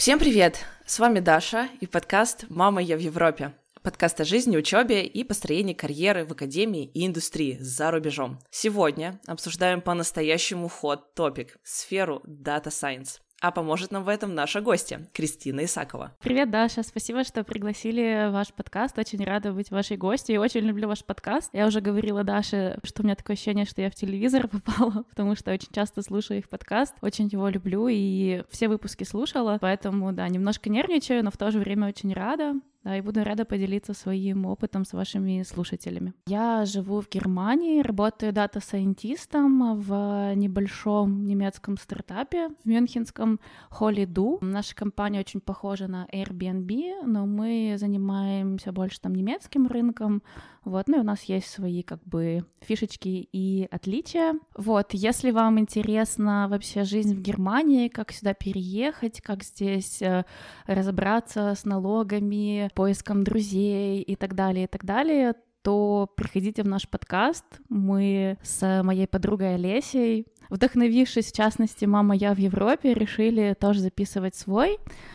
Всем привет! С вами Даша и подкаст «Мама, я в Европе». Подкаст о жизни, учебе и построении карьеры в академии и индустрии за рубежом. Сегодня обсуждаем по-настоящему hot-топик – сферу Data Science. А поможет нам в этом наша гостья Кристина Исакова. Привет, Даша, спасибо, что пригласили в ваш подкаст. Очень рада быть вашей гостью и очень люблю ваш подкаст. Я уже говорила Даше, что у меня такое ощущение, что я в телевизор попала, потому что очень часто слушаю их подкаст. Очень его люблю и все выпуски слушала, поэтому, да, немножко нервничаю, но в то же время очень рада. Да, и буду рада поделиться своим опытом с вашими слушателями. Я живу в Германии, работаю дата-сайентистом в небольшом немецком стартапе в мюнхенском Holidu. Наша компания очень похожа на Airbnb, но мы занимаемся больше там немецким рынком. Вот, ну и у нас есть свои как бы фишечки и отличия. Вот, если вам интересна вообще жизнь в Германии, как сюда переехать, как здесь разобраться с налогами, поиском друзей и так далее, то приходите в наш подкаст. Мы с моей подругой Олесей, вдохновившись, в частности, «Мама, я в Европе», решили тоже записывать свой.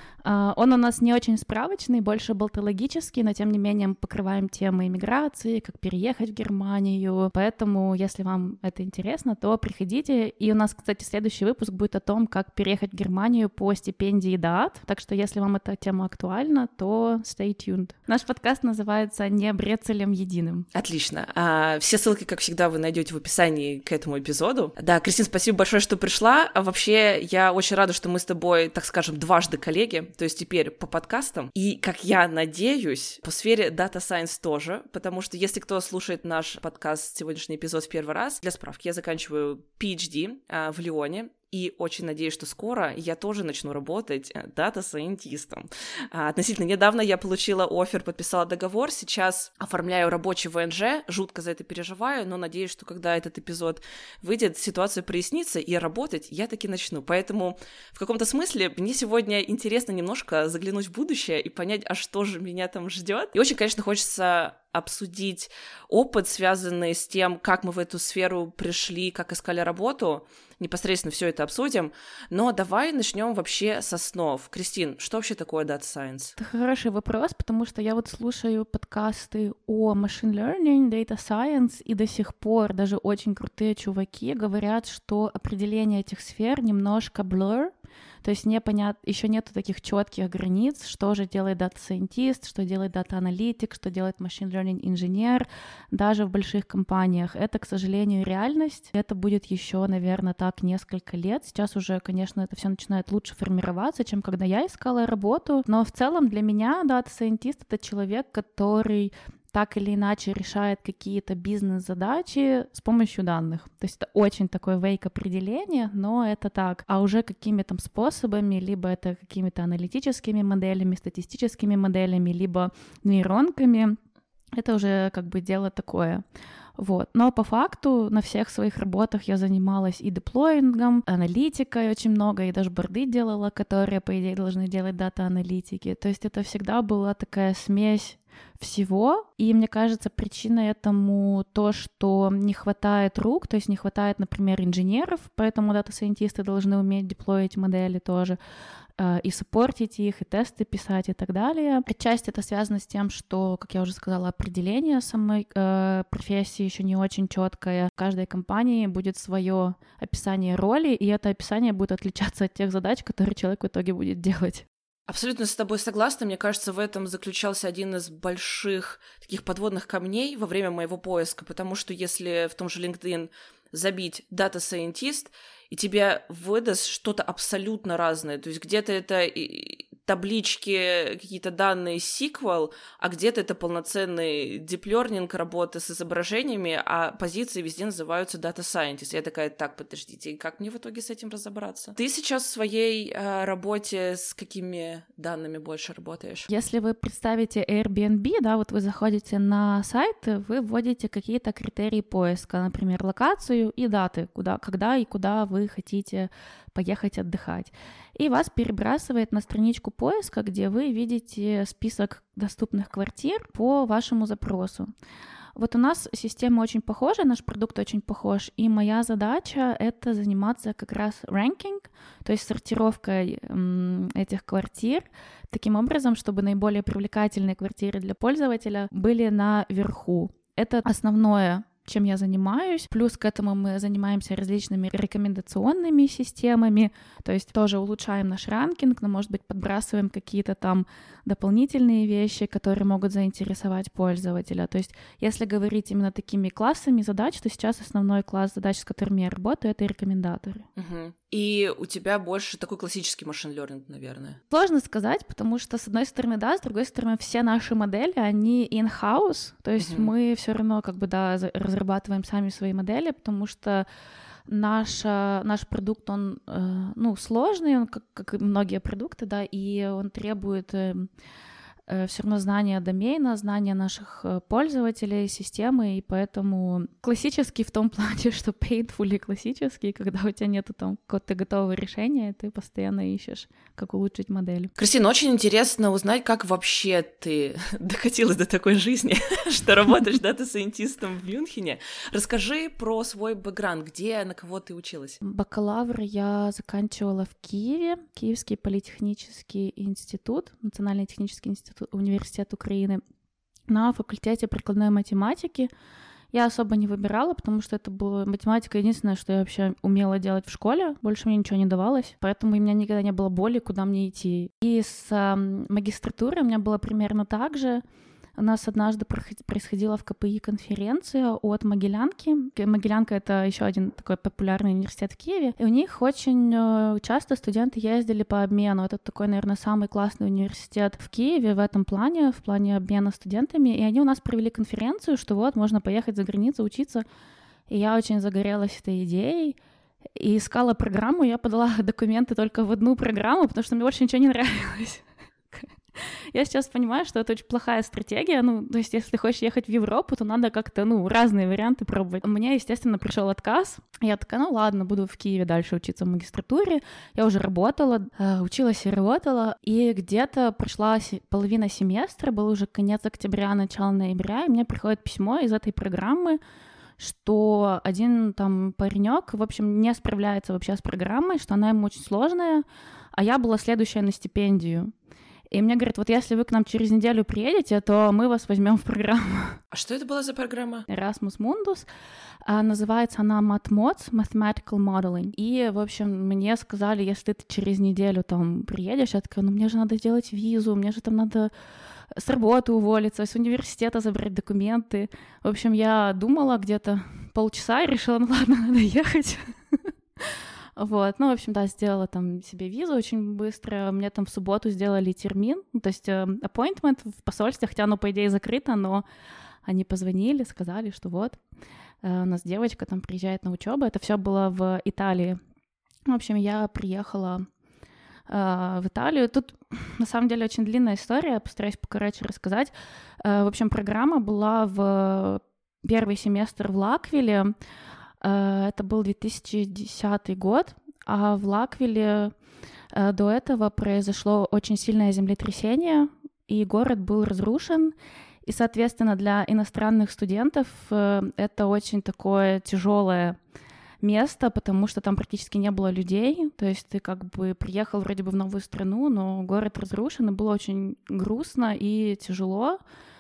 Он у нас не очень справочный, больше болтологический, но тем не менее мы покрываем темы иммиграции, как переехать в Германию. Поэтому, если вам это интересно, то приходите. И у нас, кстати, следующий выпуск будет о том, как переехать в Германию по стипендии DAAD. Так что, если вам эта тема актуальна, то stay tuned. Наш подкаст называется «Не брецелем единым». Отлично. Все ссылки, как всегда, вы найдете в описании к этому эпизоду. Да, Кристин, спасибо большое, что пришла. Вообще, я очень рада, что мы с тобой, так скажем, дважды коллеги. То есть теперь по подкастам, и, как я надеюсь, по сфере Data Science тоже, потому что если кто слушает наш подкаст, сегодняшний эпизод в первый раз, для справки, я заканчиваю PhD в Лионе, и очень надеюсь, что скоро я тоже начну работать дата-сайентистом. Относительно недавно я получила оффер, подписала договор, сейчас оформляю рабочий ВНЖ, жутко за это переживаю, но надеюсь, что когда этот эпизод выйдет, ситуация прояснится, и работать я таки начну. Поэтому в каком-то смысле мне сегодня интересно немножко заглянуть в будущее и понять, а что же меня там ждет. И очень, конечно, хочется обсудить опыт, связанный с тем, как мы в эту сферу пришли, как искали работу. Непосредственно все это обсудим. Но давай начнем вообще с основ. Кристин, что вообще такое Data Science? Это хороший вопрос, потому что я вот слушаю подкасты о machine learning, data science, и до сих пор даже очень крутые чуваки говорят, что определение этих сфер немножко blur. То есть еще нету таких четких границ, что же делает дата-сайентист, что делает дата-аналитик, что делает machine learning инженер, даже в больших компаниях. Это, к сожалению, реальность. Это будет еще, наверное, так несколько лет. Сейчас уже, конечно, это все начинает лучше формироваться, чем когда я искала работу. Но в целом для меня дата-сайентист — это человек, который так или иначе решает какие-то бизнес-задачи с помощью данных. То есть это очень такое вейк-определение, но это так. А уже какими там способами, либо это какими-то аналитическими моделями, статистическими моделями, либо нейронками, это уже как бы дело такое. Вот. Но по факту на всех своих работах я занималась и деплоингом, аналитикой очень много, и дашборды делала, которые, по идее, должны делать дата-аналитики. То есть это всегда была такая смесь всего, и мне кажется, причина этому то, что не хватает рук, то есть не хватает, например, инженеров, поэтому дата-сайентисты должны уметь деплоить модели тоже, и саппортить их, и тесты писать, и так далее. Отчасти это связано с тем, что, как я уже сказала, определение самой профессии еще не очень четкое. В каждой компании будет свое описание роли, и это описание будет отличаться от тех задач, которые человек в итоге будет делать. Абсолютно с тобой согласна. Мне кажется, в этом заключался один из больших таких подводных камней во время моего поиска, потому что если в том же LinkedIn забить Data Scientist, и тебе выдаст что-то абсолютно разное. То есть где-то это таблички, какие-то данные SQL, а где-то это полноценный deep learning, работа с изображениями, а позиции везде называются Data Scientist. Я такая, так, подождите, и как мне в итоге с этим разобраться? Ты сейчас в своей работе с какими данными больше работаешь? Если вы представите Airbnb, да, вот вы заходите на сайт, вы вводите какие-то критерии поиска, например, локацию и даты, когда и куда вы хотите поехать отдыхать. И вас перебрасывает на страничку поиска, где вы видите список доступных квартир по вашему запросу. Вот у нас система очень похожа, наш продукт очень похож, и моя задача — это заниматься как раз ranking, то есть сортировкой этих квартир таким образом, чтобы наиболее привлекательные квартиры для пользователя были наверху. Это основное, чем я занимаюсь. Плюс к этому мы занимаемся различными рекомендационными системами, то есть тоже улучшаем наш ранкинг, но, может быть, подбрасываем какие-то там дополнительные вещи, которые могут заинтересовать пользователя. То есть если говорить именно такими классами задач, то сейчас основной класс задач, с которыми я работаю, это рекомендаторы. И у тебя больше такой классический машин-лернинг, наверное. Сложно сказать, потому что, с одной стороны, да, с другой стороны, все наши модели, они in-house, то есть мы все равно как бы, да, разрабатываем сами свои модели, потому что наш продукт, он, сложный, он как и многие продукты, да, и он требует все равно знания домена, знания наших пользователей, системы, и поэтому классический в том плане, что painfully классический, когда у тебя нету там какого-то готового решения, ты постоянно ищешь, как улучшить модель. Кристина, очень интересно узнать, как вообще ты докатилась до такой жизни, что работаешь дата-сайентистом в Мюнхене. Расскажи про свой бэкграунд, где, на кого ты училась? Бакалавр я заканчивала в Киеве, Киевский политехнический институт, Национальный технический университет Украины, на факультете прикладной математики. Я особо не выбирала, потому что это была математика единственное, что я вообще умела делать в школе. Больше мне ничего не давалось, поэтому у меня никогда не было боли, куда мне идти. И с магистратурой у меня было примерно так же. У нас однажды происходила в КПИ конференция от Могилянки. Могилянка — это еще один такой популярный университет в Киеве. И у них очень часто студенты ездили по обмену. Это такой, наверное, самый классный университет в Киеве в этом плане, в плане обмена студентами. И они у нас провели конференцию, что вот, можно поехать за границу учиться. И я очень загорелась этой идеей. И искала программу. Я подала документы только в одну программу, потому что мне больше ничего не нравилось. Я сейчас понимаю, что это очень плохая стратегия, то есть если ты хочешь ехать в Европу, то надо как-то, разные варианты пробовать. У меня, естественно, пришел отказ, я такая, ладно, буду в Киеве дальше учиться в магистратуре, я уже работала, училась и работала, и где-то прошла половина семестра, был уже конец октября, начало ноября, и мне приходит письмо из этой программы, что один там паренек, в общем, не справляется вообще с программой, что она ему очень сложная, а я была следующая на стипендию. И мне говорят, вот если вы к нам через неделю приедете, то мы вас возьмем в программу. А что это была за программа? Erasmus Mundus. Называется она MATMODS, Mathematical Modeling. И, в общем, мне сказали, если ты через неделю там приедешь, я такая, мне же надо сделать визу, мне же там надо с работы уволиться, с университета забрать документы. В общем, я думала где-то полчаса и решила, ладно, надо ехать. Вот, в общем, да, сделала там себе визу очень быстро. Мне там в субботу сделали термин, то есть appointment в посольстве, хотя оно, по идее, закрыто, но они позвонили, сказали, что вот, у нас девочка там приезжает на учебу. Это все было в Италии. В общем, я приехала в Италию. Тут, на самом деле, очень длинная история, я постараюсь покороче рассказать. В общем, программа была в первый семестр в Лаквиле. Это был 2010 год, а в Лаквиле до этого произошло очень сильное землетрясение, и город был разрушен. И, соответственно, для иностранных студентов это очень такое тяжелое место, потому что там практически не было людей. То есть ты как бы приехал вроде бы в новую страну, но город разрушен, и было очень грустно и тяжело.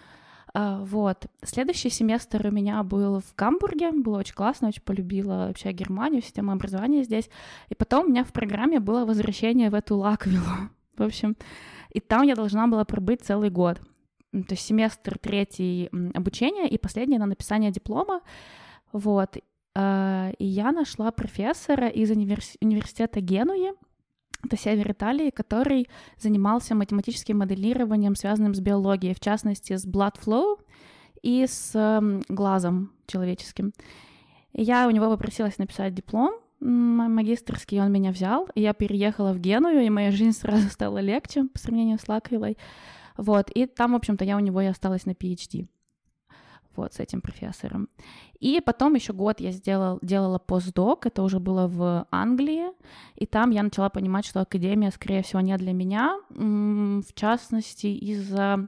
Вот. Следующий семестр у меня был в Гамбурге, было очень классно, очень полюбила вообще Германию, систему образования здесь. И потом у меня в программе было возвращение в эту Лаквилу. В общем, и там я должна была пробыть целый год. То есть семестр третий обучения и последний на написание диплома. Вот. И я нашла профессора из университета Генуи, это север Италии, который занимался математическим моделированием, связанным с биологией, в частности, с blood flow и с глазом человеческим. И я у него попросилась написать диплом магистерский, он меня взял, и я переехала в Геную, и моя жизнь сразу стала легче по сравнению с Лаквилой. Вот, и там, в общем-то, я у него и осталась на PhD. Вот, с этим профессором. И потом еще год я делала постдок, это уже было в Англии, и там я начала понимать, что академия, скорее всего, не для меня, в частности, из-за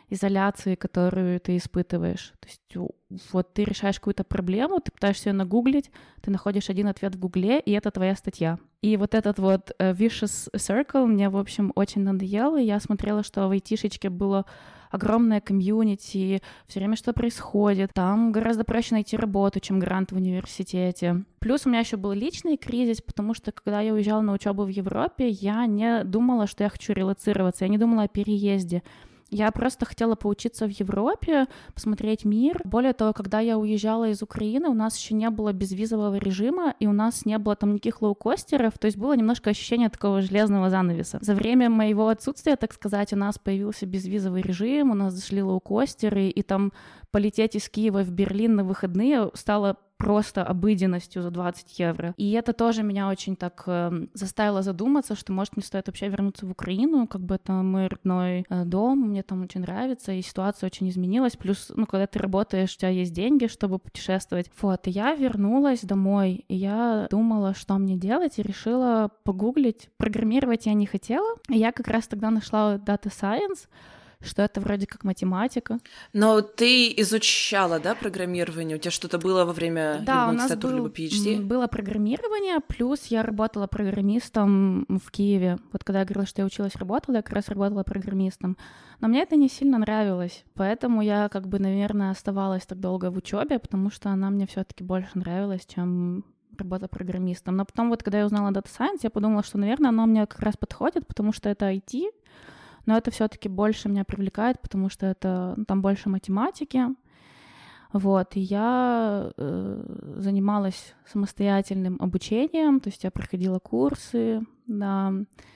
изоляции, которую ты испытываешь. То есть вот ты решаешь какую-то проблему, ты пытаешься ее нагуглить, ты находишь один ответ в Гугле, и это твоя статья. И вот этот вот vicious circle мне, в общем, очень надоел, и я смотрела, что в айтишечке было огромное комьюнити, все время что происходит, там гораздо проще найти работу, чем грант в университете. Плюс у меня еще был личный кризис, потому что когда я уезжала на учебу в Европе, я не думала, что я хочу релоцироваться, я не думала о переезде. Я просто хотела поучиться в Европе, посмотреть мир. Более того, когда я уезжала из Украины, у нас еще не было безвизового режима, и у нас не было там никаких лоукостеров, то есть было немножко ощущение такого железного занавеса. За время моего отсутствия, так сказать, у нас появился безвизовый режим, у нас зашли лоукостеры, и там полететь из Киева в Берлин на выходные стало просто обыденностью за 20 евро. И это тоже меня очень так заставило задуматься, что, может, мне стоит вообще вернуться в Украину, как бы это мой родной дом, мне там очень нравится, и ситуация очень изменилась. Плюс, когда ты работаешь, у тебя есть деньги, чтобы путешествовать. Вот, и я вернулась домой, и я думала, что мне делать, и решила погуглить. Программировать я не хотела. И я как раз тогда нашла Data Science, что это вроде как математика. Но ты изучала, да, программирование? У тебя что-то было во время либо магистратуры, либо PhD? Было программирование, плюс я работала программистом в Киеве. Вот когда я говорила, что я училась, работала, я как раз работала программистом. Но мне это не сильно нравилось, поэтому я наверное, оставалась так долго в учебе, потому что она мне все-таки больше нравилась, чем работа программистом. Но потом вот, когда я узнала Data Science, я подумала, что, наверное, оно мне как раз подходит, потому что это IT, но это все-таки больше меня привлекает, потому что там больше математики. Вот, и я занималась самостоятельным обучением, то есть я проходила курсы, да,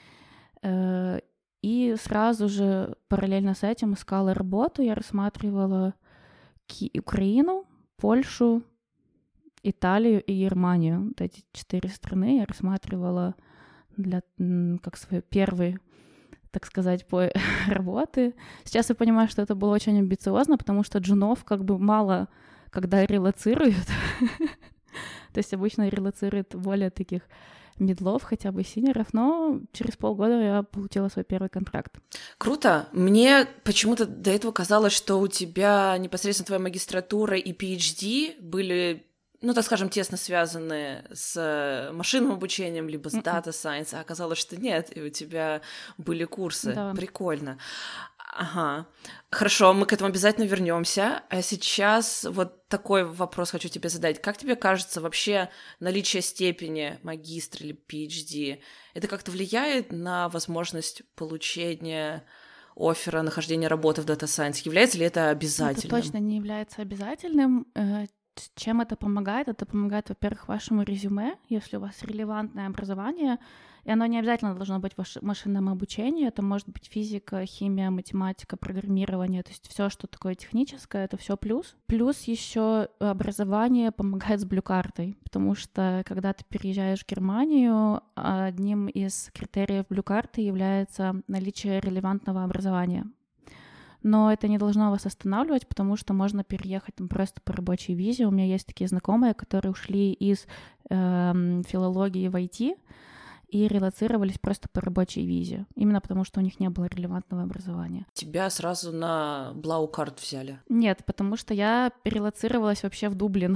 и сразу же параллельно с этим искала работу. Я рассматривала Украину, Польшу, Италию и Германию. Вот эти 4 страны я рассматривала как свой первый, так сказать, по работы. Сейчас я понимаю, что это было очень амбициозно, потому что джунов мало когда релоцируют. То есть обычно релоцируют более таких мидлов, хотя бы синеров, но через полгода я получила свой первый контракт. Круто. Мне почему-то до этого казалось, что у тебя непосредственно твоя магистратура и PhD были, так скажем, тесно связаны с машинным обучением, либо с Data Science, а оказалось, что нет, и у тебя были курсы. Да. Прикольно. Ага. Хорошо, мы к этому обязательно вернемся. А сейчас вот такой вопрос хочу тебе задать. Как тебе кажется, вообще наличие степени магистра или PhD, это как-то влияет на возможность получения оффера, нахождения работы в Data Science? Является ли это обязательным? Это точно не является обязательным. Чем это помогает? Это помогает, во-первых, вашему резюме, если у вас релевантное образование, и оно не обязательно должно быть машинном обучении, это может быть физика, химия, математика, программирование, то есть все, что такое техническое, это все плюс. Плюс еще образование помогает с блю-картой, потому что когда ты переезжаешь в Германию, одним из критериев блю-карты является наличие релевантного образования. Но это не должно вас останавливать, потому что можно переехать просто по рабочей визе. У меня есть такие знакомые, которые ушли из филологии в IT и релоцировались просто по рабочей визе, именно потому что у них не было релевантного образования. Тебя сразу на Блау-карт взяли? Нет, потому что я перелоцировалась вообще в Дублин.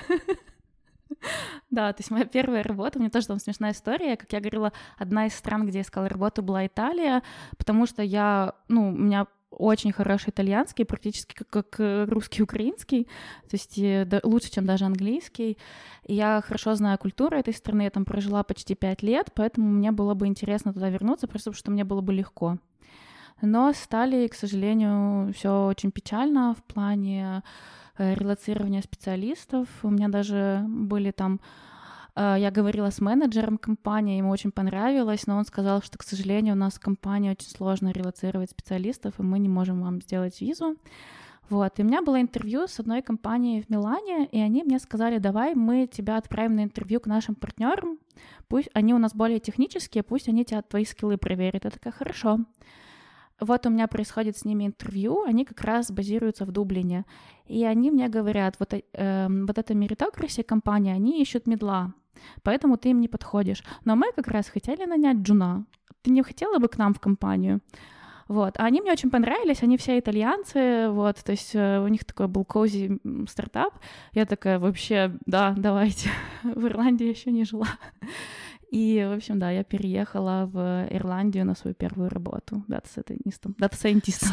Да, то есть моя первая работа, у меня тоже там смешная история, как я говорила, одна из стран, где я искала работу, была Италия, потому что у меня очень хороший итальянский, практически как русский, украинский, то есть лучше, чем даже английский. И я хорошо знаю культуру этой страны, я там прожила почти 5 лет, поэтому мне было бы интересно туда вернуться, просто потому что мне было бы легко. Но стали, к сожалению, все очень печально в плане релоцирования специалистов. У меня даже были там... Я говорила с менеджером компании, ему очень понравилось, но он сказал, что, к сожалению, у нас в компании очень сложно релоцировать специалистов, и мы не можем вам сделать визу. Вот. И у меня было интервью с одной компанией в Милане, и они мне сказали: давай мы тебя отправим на интервью к нашим партнерам, пусть они у нас более технические, пусть они твои скиллы проверят. Я такая: хорошо. Вот у меня происходит с ними интервью, они как раз базируются в Дублине, и они мне говорят: вот эта Meritocracy компания, они ищут мидла, поэтому ты им не подходишь. Но мы как раз хотели нанять джуна. Ты не хотела бы к нам в компанию? Вот, а они мне очень понравились, они все итальянцы, вот, то есть у них такой был cozy стартап, я такая, вообще, да, давайте, в Ирландии еще не жила. И, в общем, да, я переехала в Ирландию на свою первую работу дата-сайентистом.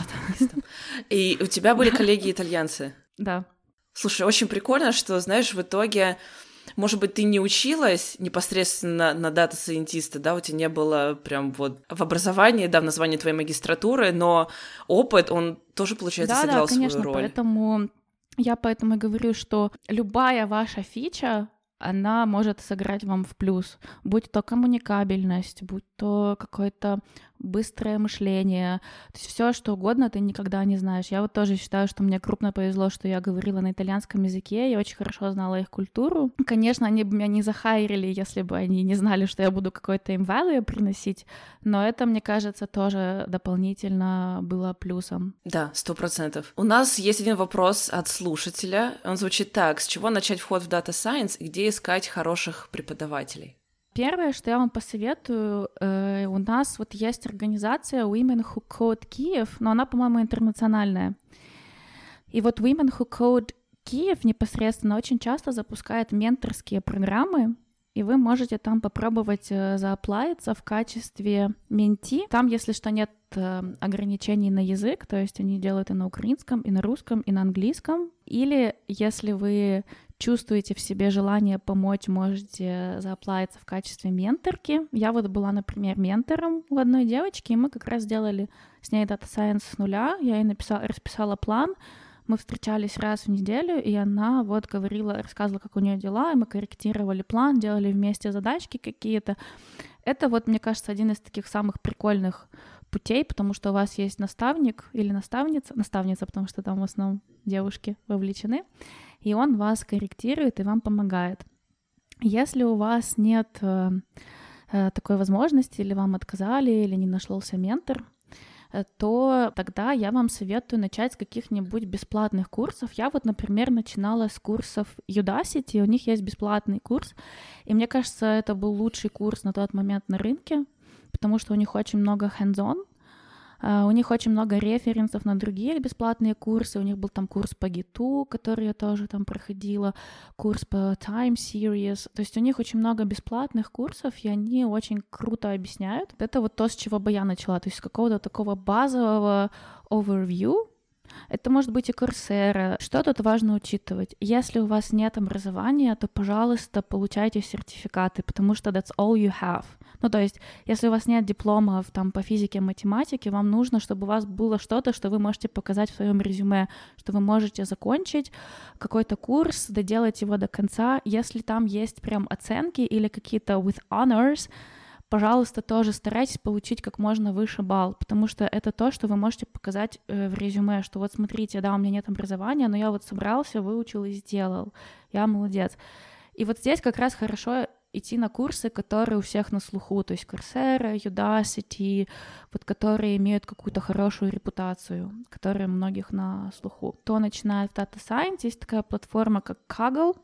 И у тебя были коллеги-итальянцы? Да. Слушай, очень прикольно, что, знаешь, в итоге, может быть, ты не училась непосредственно на дата-сайентиста, да, у тебя не было прям вот в образовании, да, в названии твоей магистратуры, но опыт, он тоже, получается, сыграл свою роль. Поэтому я и говорю, что любая ваша фича, она может сыграть вам в плюс, будь то коммуникабельность, будь то какое-то быстрое мышление, то есть все что угодно ты никогда не знаешь. Я вот тоже считаю, что мне крупно повезло, что я говорила на итальянском языке, я очень хорошо знала их культуру. Конечно, они бы меня не захайрили, если бы они не знали, что я буду какой-то им value приносить, но это, мне кажется, тоже дополнительно было плюсом. Да, 100%. У нас есть один вопрос от слушателя, он звучит так: с чего начать вход в Data Science и где искать хороших преподавателей? Первое, что я вам посоветую, у нас вот есть организация Women Who Code Киев, но она, по-моему, интернациональная. И вот Women Who Code Киев непосредственно очень часто запускает менторские программы, и вы можете там попробовать зааплавиться в качестве менти. Там, если что, нет ограничений на язык, то есть они делают и на украинском, и на русском, и на английском. Или если вы чувствуете в себе желание помочь, можете зааплавиться в качестве менторки. Я вот была, например, ментором у одной девочки, и мы как раз делали с ней Data Science с нуля. Я ей расписала план, мы встречались раз в неделю, и она вот рассказывала, как у нее дела, и мы корректировали план, делали вместе задачки какие-то. Это вот, мне кажется, один из таких самых прикольных путей, потому что у вас есть наставник или наставница, потому что там в основном девушки вовлечены, и он вас корректирует и вам помогает. Если у вас нет такой возможности, или вам отказали, или не нашелся ментор, то тогда я вам советую начать с каких-нибудь бесплатных курсов. Я вот, например, начинала с курсов Udacity, у них есть бесплатный курс, и мне кажется, это был лучший курс на тот момент на рынке, потому что у них очень много hands-on, у них очень много референсов на другие бесплатные курсы. У них был там курс по гиту, который я тоже там проходила, курс по Time Series. То есть у них очень много бесплатных курсов, и они очень круто объясняют. Это вот то, с чего бы я начала. То есть с какого-то такого базового overview. Это может быть и Coursera. Что тут важно учитывать? Если у вас нет образования, то, пожалуйста, получайте сертификаты, потому что that's all you have. Ну, то есть, если у вас нет дипломов там по физике, математике, вам нужно, чтобы у вас было что-то, что вы можете показать в своем резюме, что вы можете закончить какой-то курс, доделать его до конца. Если там есть прям оценки или какие-то with honors, пожалуйста, тоже старайтесь получить как можно выше балл, потому что это то, что вы можете показать в резюме, что вот смотрите, да, у меня нет образования, но я вот собрался, выучил и сделал, я молодец. И вот здесь как раз хорошо идти на курсы, которые у всех на слуху, то есть Coursera, Udacity, вот которые имеют какую-то хорошую репутацию, которые у многих на слуху. Кто начинает в Data Science, есть такая платформа, как Kaggle.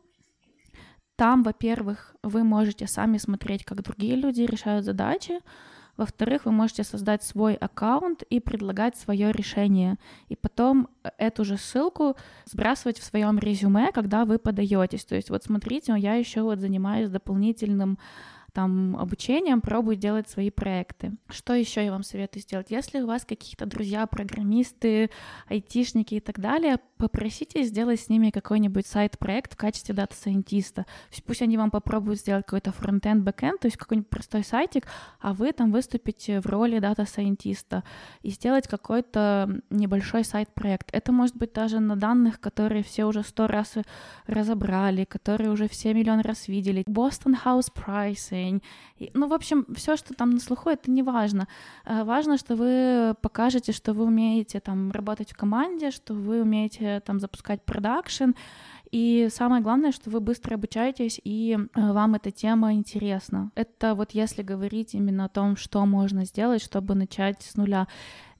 Там, во-первых, вы можете сами смотреть, как другие люди решают задачи. Во-вторых, вы можете создать свой аккаунт и предлагать свое решение. И потом эту же ссылку сбрасывать в своем резюме, когда вы подаетесь. То есть вот смотрите, я еще вот занимаюсь дополнительным там обучением, пробую делать свои проекты. Что еще я вам советую сделать? Если у вас какие-то друзья, программисты, айтишники и так далее, попросите сделать с ними какой-нибудь сайт-проект в качестве дата-сайентиста. Пусть они вам попробуют сделать какой-то фронт-энд, бэк-энд, то есть какой-нибудь простой сайтик, а вы там выступите в роли дата-сайентиста и сделать какой-то небольшой сайт-проект. Это может быть даже на данных, которые все уже 100 раз разобрали, которые уже все миллион раз видели. Boston House Pricing. Ну, в общем, все, что там на слуху, это не важно. Важно, что вы покажете, что вы умеете там работать в команде, что вы умеете там запускать продакшн, и самое главное, что вы быстро обучаетесь, и вам эта тема интересна. Это вот если говорить именно о том, что можно сделать, чтобы начать с нуля. И вот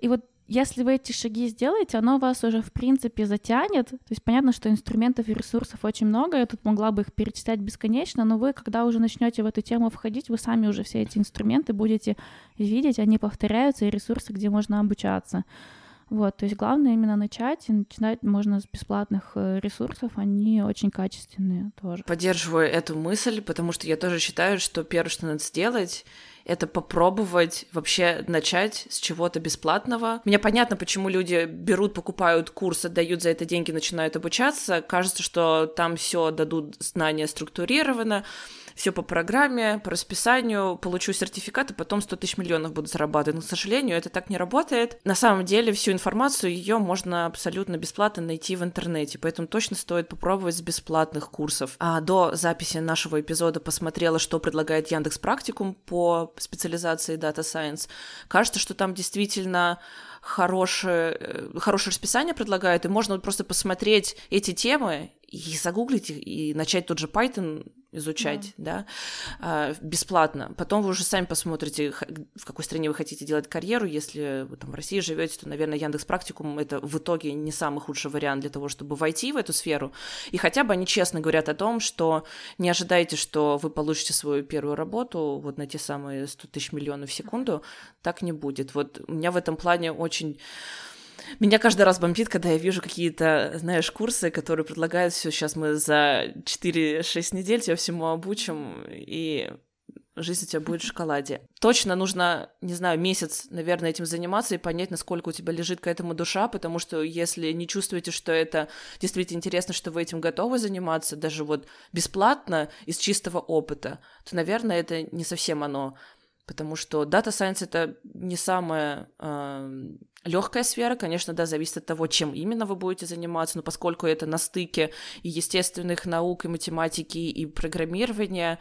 если вы эти шаги сделаете, оно вас уже, в принципе, затянет. То есть понятно, что инструментов и ресурсов очень много, я тут могла бы их перечислять бесконечно, но вы, когда уже начнете в эту тему входить, вы сами уже все эти инструменты будете видеть, они повторяются, и ресурсы, где можно обучаться. Вот, то есть главное именно начать, и начинать можно с бесплатных ресурсов, они очень качественные тоже. Поддерживаю эту мысль, потому что я тоже считаю, что первое, что надо сделать, это попробовать вообще начать с чего-то бесплатного. Мне понятно, почему люди берут, покупают курс, отдают за это деньги, начинают обучаться. Кажется, что там все дадут знания структурированно, все по программе, по расписанию, получу сертификат, и потом 100 тысяч миллионов буду зарабатывать. Но, к сожалению, это так не работает. На самом деле, всю информацию, ее можно абсолютно бесплатно найти в интернете, поэтому точно стоит попробовать с бесплатных курсов. А до записи нашего эпизода посмотрела, что предлагает Яндекс.Практикум по специализации Data Science. Кажется, что там действительно хорошее расписание предлагают, и можно вот просто посмотреть эти темы и загуглить их, и начать тот же Python изучать, да, бесплатно. Потом вы уже сами посмотрите, в какой стране вы хотите делать карьеру. Если вы там в России живете, то, наверное, Яндекс.Практикум — это в итоге не самый худший вариант для того, чтобы войти в эту сферу. И хотя бы они честно говорят о том, что не ожидайте, что вы получите свою первую работу вот на те самые 100 тысяч миллионов в секунду. Так не будет. Вот у меня в этом плане очень... Меня каждый раз бомбит, когда я вижу какие-то, знаешь, курсы, которые предлагают все, сейчас мы за 4-6 недель тебя всему обучим, и жизнь у тебя будет в шоколаде. Точно нужно, не знаю, месяц, наверное, этим заниматься и понять, насколько у тебя лежит к этому душа, потому что если не чувствуете, что это действительно интересно, что вы этим готовы заниматься, даже вот бесплатно, из чистого опыта, то, наверное, это не совсем оно. Потому что Data Science — это не самая легкая сфера, конечно, да, зависит от того, чем именно вы будете заниматься, но поскольку это на стыке и естественных наук, и математики, и программирования,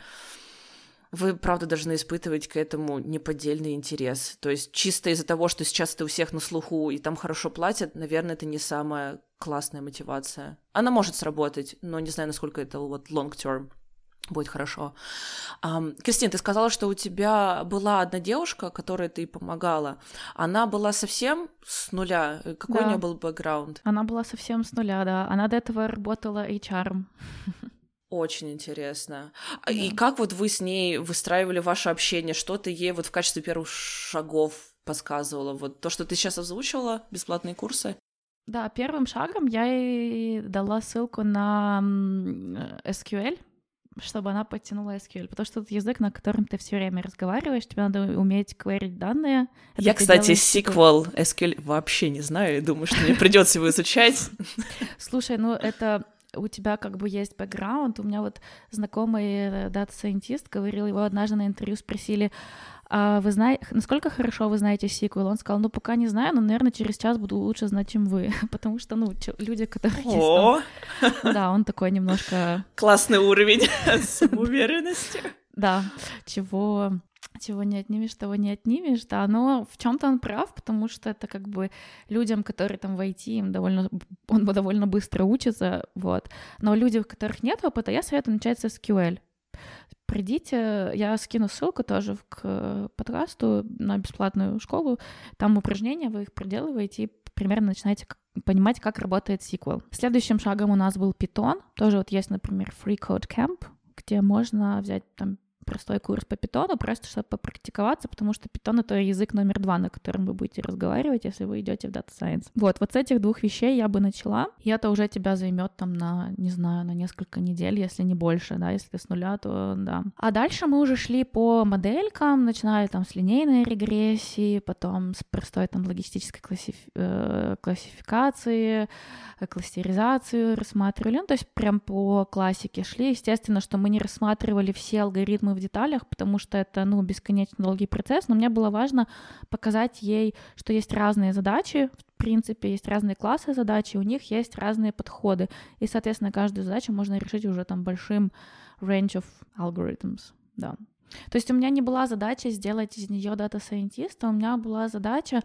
вы, правда, должны испытывать к этому неподдельный интерес. То есть чисто из-за того, что сейчас это у всех на слуху и там хорошо платят, наверное, это не самая классная мотивация. Она может сработать, но не знаю, насколько это вот long term будет хорошо. Кристин, ты сказала, что у тебя была одна девушка, которой ты помогала. Она была совсем с нуля? Какой у нее был бэкграунд? Она была совсем с нуля, да. Она до этого работала HR. Очень интересно. Да. И как вот вы с ней выстраивали ваше общение? Что ты ей вот в качестве первых шагов подсказывала? Вот то, что ты сейчас озвучивала, бесплатные курсы? Да, первым шагом я ей дала ссылку на SQL, чтобы она подтянула SQL, потому что это язык, на котором ты все время разговариваешь, тебе надо уметь кверить данные. Я, кстати, SQL вообще не знаю, и думаю, что мне придется его изучать. Слушай, ну это у тебя как бы есть бэкграунд. У меня вот знакомый дата-сайентист говорил, его однажды на интервью спросили: вы знаете, насколько хорошо вы знаете SQL? Он сказал: ну, пока не знаю, но, наверное, через час буду лучше знать, чем вы. Потому что, ну, люди, которые есть там... Да, он такой немножко... Классный уровень самоуверенности. Да, чего не отнимешь, того не отнимешь, да, но в чем-то он прав, потому что это как бы людям, которые там в IT, он довольно быстро учится, вот, но люди, у которых нет опыта, я советую начать с SQL. Придите, я скину ссылку тоже к подкасту на бесплатную школу, там упражнения, вы их проделываете и примерно начинаете понимать, как работает SQL. Следующим шагом у нас был Python, тоже вот есть, например, Free Code Camp, где можно взять там простой курс по питону, просто чтобы попрактиковаться, потому что питон — это язык номер 2, на котором вы будете разговаривать, если вы идете в Data Science. Вот с этих двух вещей я бы начала, и это уже тебя займет там на, не знаю, на несколько недель, если не больше, да, если ты с нуля, то да. А дальше мы уже шли по моделькам, начинали там с линейной регрессии, потом с простой там логистической классификации, кластеризацию рассматривали, ну, то есть прям по классике шли. Естественно, что мы не рассматривали все алгоритмы в деталях, потому что это, ну, бесконечно долгий процесс, но мне было важно показать ей, что есть разные задачи, в принципе, есть разные классы задач, и у них есть разные подходы, и, соответственно, каждую задачу можно решить уже там большим range of algorithms, да. То есть у меня не была задача сделать из нее дата-сайентиста, у меня была задача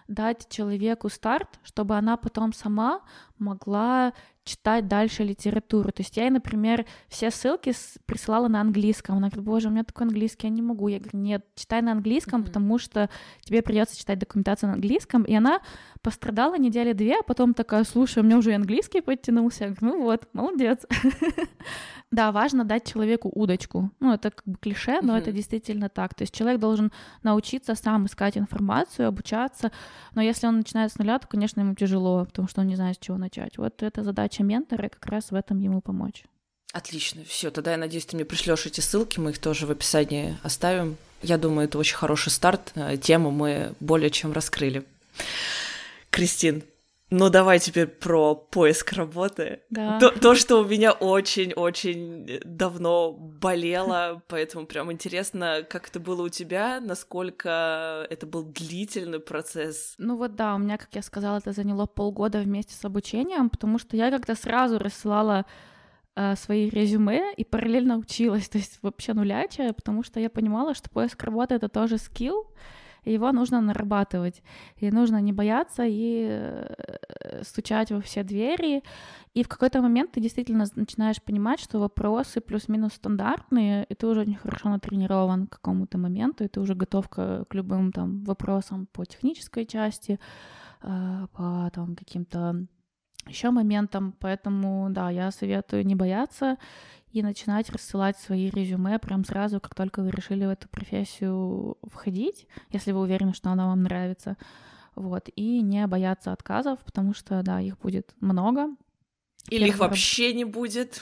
дать человеку старт, чтобы она потом сама могла читать дальше литературу. То есть я ей, например, все ссылки присылала на английском. Она говорит: боже, у меня такой английский, я не могу. Я говорю: нет, читай на английском, потому что тебе придется читать документацию на английском. И она пострадала 2 недели, а потом такая: слушай, у меня уже и английский подтянулся. Я говорю: ну вот, молодец. Да, важно дать человеку удочку. Ну, это как бы клише, но это действительно так. То есть человек должен научиться сам искать информацию, обучаться. Но если он начинает с нуля, то, конечно, ему тяжело, потому что он не знает, с чего начать. Вот это задача ментора, как раз в этом ему помочь. Отлично. Все, тогда я надеюсь, ты мне пришлешь эти ссылки, мы их тоже в описании оставим. Я думаю, это очень хороший старт. Тему мы более чем раскрыли. Кристин, ну давай теперь про поиск работы. Да. То, что у меня очень-очень давно болело, поэтому прям интересно, как это было у тебя, насколько это был длительный процесс. Ну вот да, у меня, как я сказала, это заняло полгода вместе с обучением, потому что я как-то сразу рассылала свои резюме и параллельно училась, то есть вообще нулячая, потому что я понимала, что поиск работы — это тоже скилл, и его нужно нарабатывать, и нужно не бояться и стучать во все двери, и в какой-то момент ты действительно начинаешь понимать, что вопросы плюс-минус стандартные, и ты уже очень хорошо натренирован к какому-то моменту, и ты уже готов к любым там вопросам по технической части, по там каким-то еще моментам, поэтому, да, я советую не бояться и начинать рассылать свои резюме прям сразу, как только вы решили в эту профессию входить, если вы уверены, что она вам нравится, вот, и не бояться отказов, потому что, да, их будет много. Или их вообще не будет.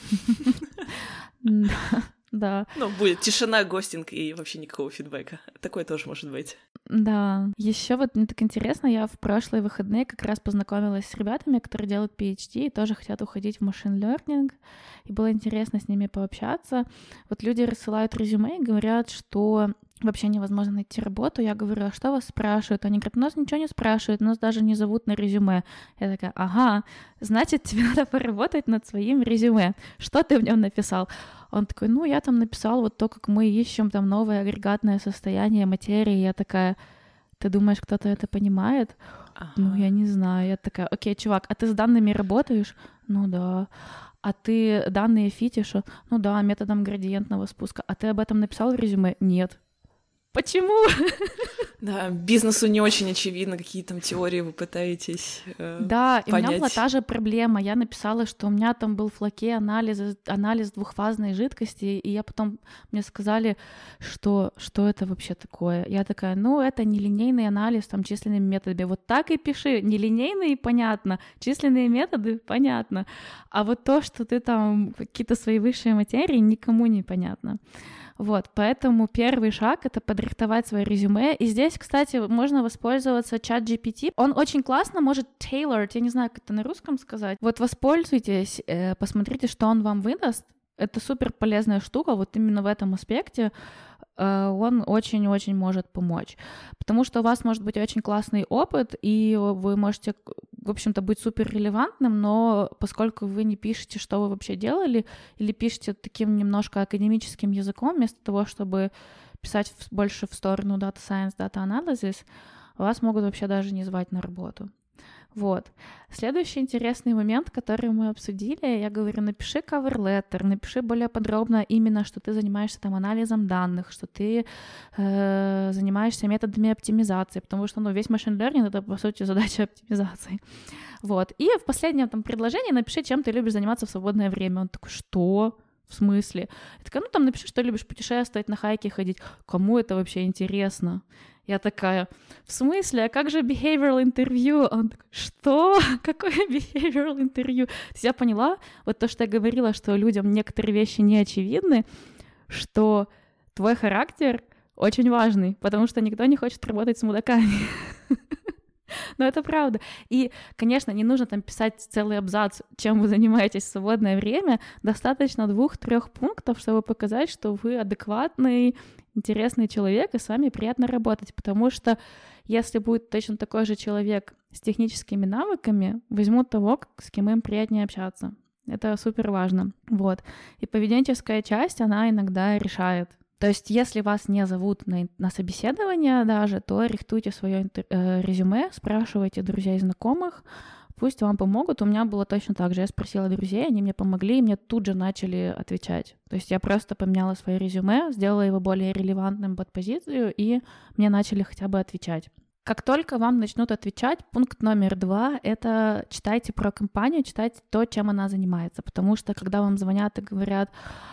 Да. Ну, будет тишина, гостинг и вообще никакого фидбэка. Такое тоже может быть. Да. Еще вот мне так интересно, я в прошлые выходные как раз познакомилась с ребятами, которые делают PhD и тоже хотят уходить в machine learning, и было интересно с ними пообщаться. Вот люди рассылают резюме и говорят, что вообще невозможно найти работу. Я говорю: а что вас спрашивают? Они говорят: нас ничего не спрашивают, нас даже не зовут на резюме. Я такая: ага, значит, тебе надо поработать над своим резюме. Что ты в нем написал? Он такой: ну, я там написал вот то, как мы ищем там новое агрегатное состояние материи. Я такая: ты думаешь, кто-то это понимает? Ага. Ну, я не знаю. Я такая: окей, чувак, а ты с данными работаешь? Ну да. А ты данные фитишь? Ну да, методом градиентного спуска. А ты об этом написал в резюме? Нет. Почему? Да, бизнесу не очень очевидно, какие там теории вы пытаетесь да, понять. И у меня была та же проблема. Я написала, что у меня там был в флаке анализ двухфазной жидкости, и я потом, мне сказали, что это вообще такое. Я такая: ну, это нелинейный анализ там численными методами. Вот так и пиши. Нелинейные — понятно, численные методы — понятно. А вот то, что ты там какие-то свои высшие материи, никому не понятно. Вот, поэтому первый шаг — это подрихтовать свое резюме. И здесь, кстати, можно воспользоваться ChatGPT. Он очень классно может tailored, я не знаю, как это на русском сказать. Вот воспользуйтесь, посмотрите, что он вам выдаст. Это супер полезная штука, вот именно в этом аспекте он очень-очень может помочь. Потому что у вас может быть очень классный опыт, и вы можете, в общем-то, быть супер релевантным, но поскольку вы не пишете, что вы вообще делали, или пишете таким немножко академическим языком, вместо того, чтобы писать больше в сторону data science, data analysis, вас могут вообще даже не звать на работу. Вот. Следующий интересный момент, который мы обсудили, я говорю: напиши cover letter, напиши более подробно именно, что ты занимаешься там анализом данных, что ты занимаешься методами оптимизации, потому что, ну, весь machine learning — это, по сути, задача оптимизации. Вот. И в последнем там предложении напиши, чем ты любишь заниматься в свободное время. Он такой: что? В смысле? Я такая: ну, там напиши, что любишь путешествовать, на хайки ходить. Кому это вообще интересно? Я такая: в смысле? А как же behavioral interview? Он такой: что? Какое behavioral interview? То есть я поняла, вот то, что я говорила, что людям некоторые вещи не очевидны, что твой характер очень важный, потому что никто не хочет работать с мудаками. Но это правда. И, конечно, не нужно там писать целый абзац, чем вы занимаетесь в свободное время. Достаточно 2-3 пунктов, чтобы показать, что вы адекватный, интересный человек, и с вами приятно работать. Потому что если будет точно такой же человек с техническими навыками, возьмут того, с кем им приятнее общаться. Это супер важно. Вот. И поведенческая часть, она иногда решает. То есть, если вас не зовут на собеседование даже, то рихтуйте свое резюме, спрашивайте друзей и знакомых, пусть вам помогут. У меня было точно так же. Я спросила друзей, они мне помогли, и мне тут же начали отвечать. То есть я просто поменяла свое резюме, сделала его более релевантным под позицию, и мне начали хотя бы отвечать. Как только вам начнут отвечать, пункт номер 2 — это читайте про компанию, читайте то, чем она занимается. Потому что когда вам звонят и говорят: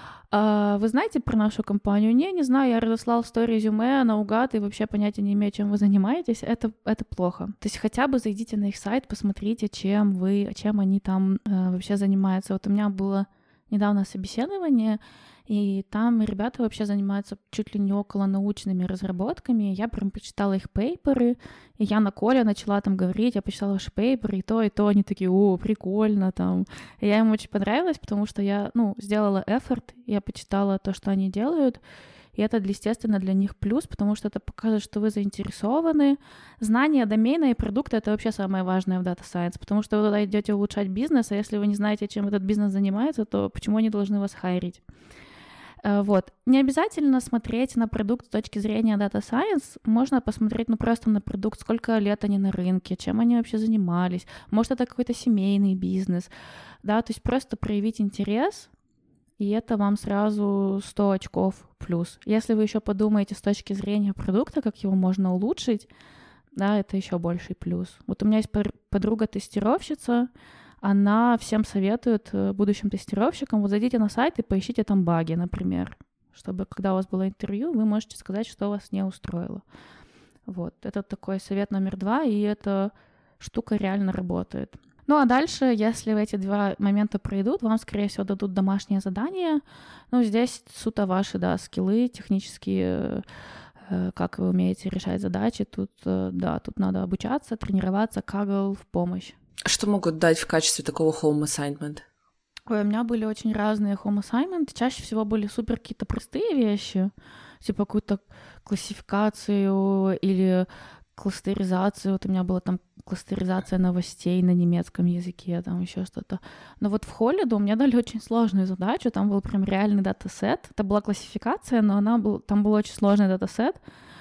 вы знаете про нашу компанию? Не знаю, я разослал 100 резюме наугад и вообще понятия не имею, чем вы занимаетесь. Это плохо. То есть хотя бы зайдите на их сайт, посмотрите, чем они там вообще занимаются. Вот у меня было недавно собеседование, и там ребята вообще занимаются чуть ли не около научными разработками. Я прям почитала их пейперы, и я на коле начала там говорить, я почитала ваши пейперы, и то, они такие: о, прикольно там. И я им очень понравилась, потому что я, сделала эфорт, я почитала то, что они делают, и это, естественно, для них плюс, потому что это показывает, что вы заинтересованы. Знание домена и продукта — это вообще самое важное в Data Science, потому что вы туда идете улучшать бизнес, а если вы не знаете, чем этот бизнес занимается, то почему они должны вас хайрить? Вот. Не обязательно смотреть на продукт с точки зрения Data Science, можно посмотреть, просто на продукт, сколько лет они на рынке, чем они вообще занимались, может, это какой-то семейный бизнес, да, то есть просто проявить интерес, и это вам сразу 100 очков плюс. Если вы еще подумаете с точки зрения продукта, как его можно улучшить, да, это еще больший плюс. Вот у меня есть подруга-тестировщица, она всем советует, будущим тестировщикам: вот зайдите на сайт и поищите там баги, например, чтобы, когда у вас было интервью, вы можете сказать, что вас не устроило. Вот, это такой совет номер 2, и эта штука реально работает. А дальше, если эти 2 момента пройдут, вам, скорее всего, дадут домашнее задание. Здесь суто ваши, скиллы технические, как вы умеете решать задачи. Тут надо обучаться, тренироваться, Kaggle в помощь. Что могут дать в качестве такого home assignment? У меня были очень разные home assignment. Чаще всего были супер какие-то простые вещи, типа какую-то классификацию или кластеризацию. Вот у меня была там кластеризация новостей на немецком языке, там еще что-то. Но вот в Холиду мне дали очень сложную задачу. Там был прям реальный датасет. Это была классификация, но там был очень сложный датасет.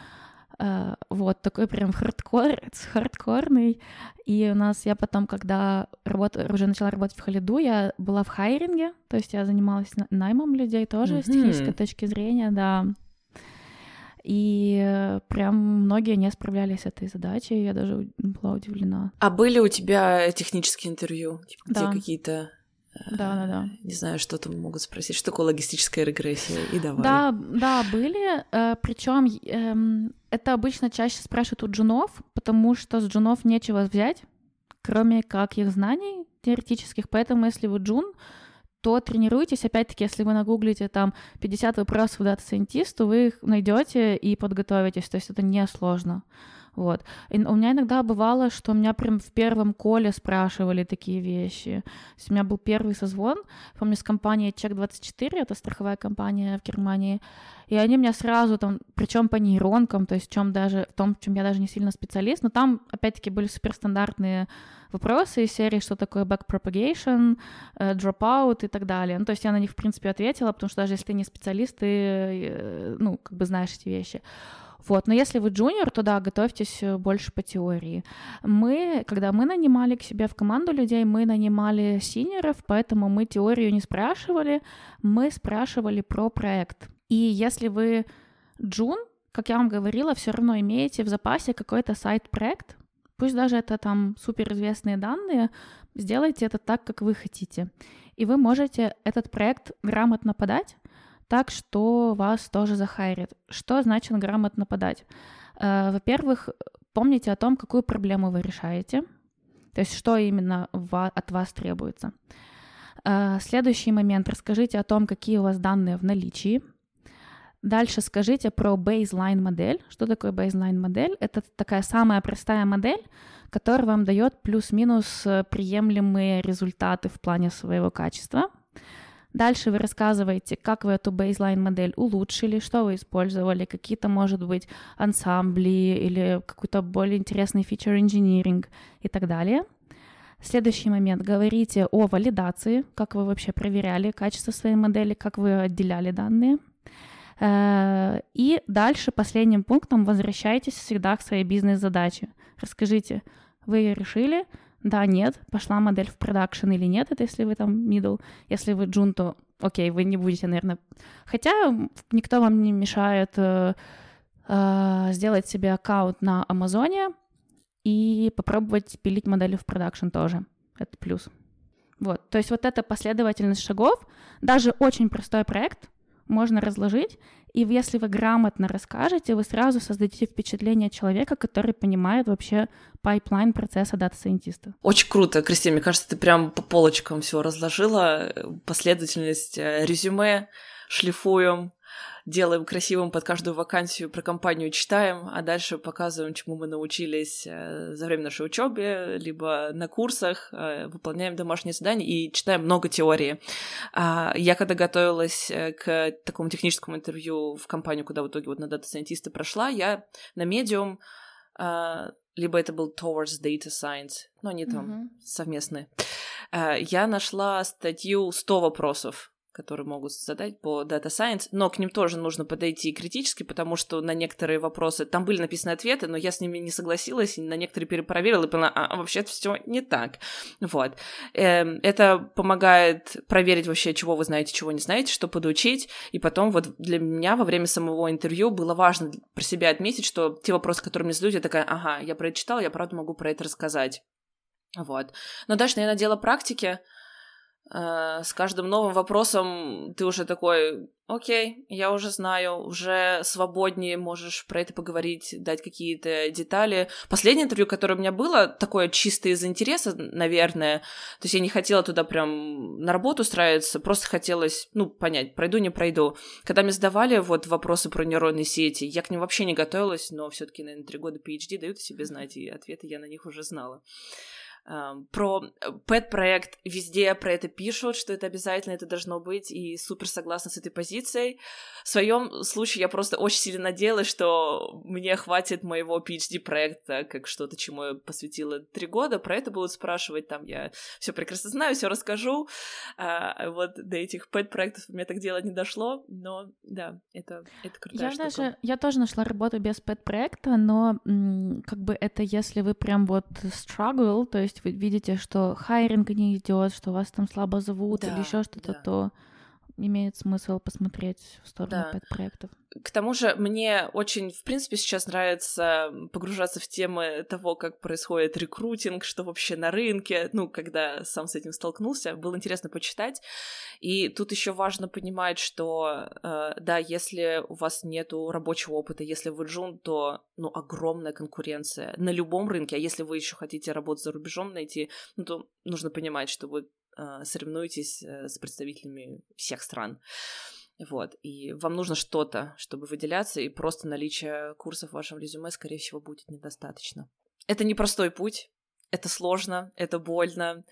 Вот, такой прям хардкорный. И я потом, когда уже начала работать в Холиду, я была в хайринге, то есть я занималась наймом людей тоже с технической точки зрения, да. И прям многие не справлялись с этой задачей, я даже была удивлена. А были у тебя технические интервью? Да. Где какие-то... Да. Не знаю, что там могут спросить. Что такое логистическая регрессия? И давай. Да, были. Причем это обычно чаще спрашивают у джунов, потому что с джунов нечего взять, кроме как их знаний теоретических. Поэтому если вы джун, то тренируйтесь. Опять-таки, если вы нагуглите там 50 вопросов дата-сайентисту, вы их найдете и подготовитесь. То есть это несложно. Вот. И у меня иногда бывало, что меня прям в первом коле спрашивали такие вещи. То есть у меня был первый созвон, помню, с компанией Check24, это страховая компания в Германии, и они меня сразу там, причем по нейронкам, то есть в том, в чем я даже не сильно специалист, но там, опять-таки, были суперстандартные вопросы из серии, что такое backpropagation, dropout и так далее. То есть я на них, в принципе, ответила, потому что даже если ты не специалист, ты, знаешь эти вещи. Вот, но если вы джуниор, то да, готовьтесь больше по теории. Когда мы нанимали к себе в команду людей, мы нанимали синьоров, поэтому мы теорию не спрашивали, мы спрашивали про проект. И если вы джун, как я вам говорила, все равно имеете в запасе какой-то сайт-проект, пусть даже это там суперизвестные данные, сделайте это так, как вы хотите. И вы можете этот проект грамотно подать, так что вас тоже захайрят. Что значит грамотно подать? Во-первых, помните о том, какую проблему вы решаете, то есть что именно от вас требуется. Следующий момент. Расскажите о том, какие у вас данные в наличии. Дальше скажите про baseline-модель. Что такое baseline-модель? Это такая самая простая модель, которая вам дает плюс-минус приемлемые результаты в плане своего качества. Дальше вы рассказываете, как вы эту baseline-модель улучшили, что вы использовали, какие-то, может быть, ансамбли или какой-то более интересный фичер-инжиниринг и так далее. Следующий момент. Говорите о валидации, как вы вообще проверяли качество своей модели, как вы отделяли данные. И дальше последним пунктом возвращайтесь всегда к своей бизнес-задаче. Расскажите, вы ее решили? Да, нет. Пошла модель в продакшн или нет? Это если вы там middle. Если вы джун, то окей, вы не будете, наверное... Хотя никто вам не мешает сделать себе аккаунт на Амазоне и попробовать пилить модели в продакшн тоже. Это плюс. Вот. То есть вот эта последовательность шагов, даже очень простой проект можно разложить, и если вы грамотно расскажете, вы сразу создадите впечатление человека, который понимает вообще пайплайн процесса дата-сайентиста. Очень круто, Кристина, мне кажется, ты прям по полочкам все разложила, последовательность резюме, шлифуем, делаем красивым под каждую вакансию, про компанию читаем, а дальше показываем, чему мы научились за время нашей учебы, либо на курсах, выполняем домашние задания и читаем много теории. Я когда готовилась к такому техническому интервью в компанию, куда в итоге вот на дата-сайентиста прошла, я на Medium, либо это был Towards Data Science, но они там совместные, я нашла статью 100 вопросов, которые могут задать по Data Science, но к ним тоже нужно подойти критически, потому что на некоторые вопросы там были написаны ответы, но я с ними не согласилась, и на некоторые перепроверила и поняла, вообще-то все не так. Вот. Это помогает проверить вообще, чего вы знаете, чего не знаете, что подучить, и потом вот для меня во время самого интервью было важно про себя отметить, что те вопросы, которые мне задают, я такая, ага, я про это читала, я правда могу про это рассказать. Вот. Но дальше, наверное, дело практики. С каждым новым вопросом ты уже такой, окей, я уже знаю, уже свободнее можешь про это поговорить, дать какие-то детали. Последнее интервью, которое у меня было, такое чисто из интереса, наверное, то есть я не хотела туда прям на работу устраиваться, просто хотелось, понять, пройду, не пройду. Когда мне задавали вот вопросы про нейронные сети, я к ним вообще не готовилась, но все-таки, наверное, 3 года PhD дают о себе знать, и ответы я на них уже знала. Про пэт-проект везде про это пишут, что это обязательно, это должно быть, и супер согласна с этой позицией. В своем случае я просто очень сильно надеялась, что мне хватит моего PhD-проекта, как что-то, чему я посвятила 3 года, про это будут спрашивать, там я все прекрасно знаю, все расскажу. Вот до этих пэт-проектов у меня так дело не дошло, но да, это крутая штука. Я тоже нашла работу без пэт-проекта, но как бы это если вы прям вот struggle, то есть вы видите, что хайринг не идет, что вас там слабо зовут или еще что-то, то имеет смысл посмотреть в сторону пэт-проектов. К тому же мне очень, в принципе, сейчас нравится погружаться в темы того, как происходит рекрутинг, что вообще на рынке, когда сам с этим столкнулся, было интересно почитать. И тут еще важно понимать, что, если у вас нету рабочего опыта, если вы джун, то, огромная конкуренция на любом рынке, а если вы еще хотите работать за рубежом найти, то нужно понимать, что вы соревнуетесь с представителями всех стран. Вот, и вам нужно что-то, чтобы выделяться, и просто наличие курсов в вашем резюме, скорее всего, будет недостаточно. Это непростой путь, это сложно, это больно,